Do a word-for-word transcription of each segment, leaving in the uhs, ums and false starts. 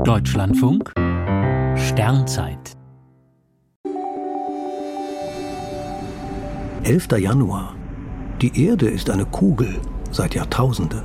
Deutschlandfunk Sternzeit elfter Januar. Die Erde ist eine Kugel seit Jahrtausenden.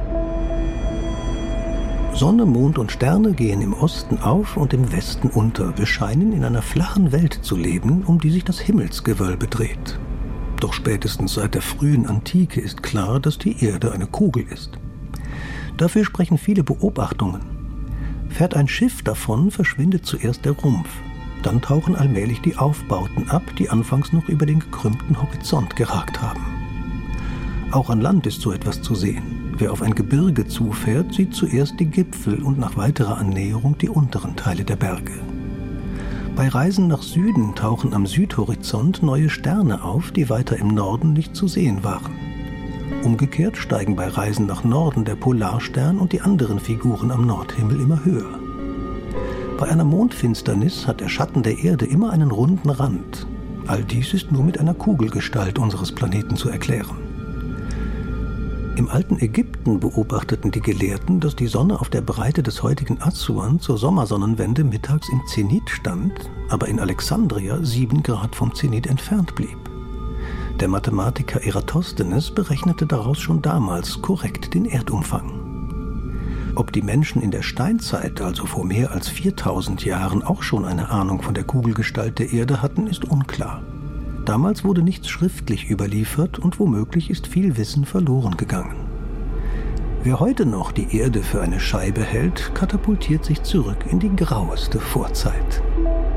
Sonne, Mond und Sterne gehen im Osten auf und im Westen unter. Wir scheinen in einer flachen Welt zu leben, um die sich das Himmelsgewölbe dreht. Doch spätestens seit der frühen Antike ist klar, dass die Erde eine Kugel ist. Dafür sprechen viele Beobachtungen. Fährt ein Schiff davon, verschwindet zuerst der Rumpf. Dann tauchen allmählich die Aufbauten ab, die anfangs noch über den gekrümmten Horizont geragt haben. Auch an Land ist so etwas zu sehen. Wer auf ein Gebirge zufährt, sieht zuerst die Gipfel und nach weiterer Annäherung die unteren Teile der Berge. Bei Reisen nach Süden tauchen am Südhorizont neue Sterne auf, die weiter im Norden nicht zu sehen waren. Umgekehrt steigen bei Reisen nach Norden der Polarstern und die anderen Figuren am Nordhimmel immer höher. Bei einer Mondfinsternis hat der Schatten der Erde immer einen runden Rand. All dies ist nur mit einer Kugelgestalt unseres Planeten zu erklären. Im alten Ägypten beobachteten die Gelehrten, dass die Sonne auf der Breite des heutigen Assuan zur Sommersonnenwende mittags im Zenit stand, aber in Alexandria sieben Grad vom Zenit entfernt blieb. Der Mathematiker Eratosthenes berechnete daraus schon damals korrekt den Erdumfang. Ob die Menschen in der Steinzeit, also vor mehr als viertausend Jahren, auch schon eine Ahnung von der Kugelgestalt der Erde hatten, ist unklar. Damals wurde nichts schriftlich überliefert und womöglich ist viel Wissen verloren gegangen. Wer heute noch die Erde für eine Scheibe hält, katapultiert sich zurück in die graueste Vorzeit.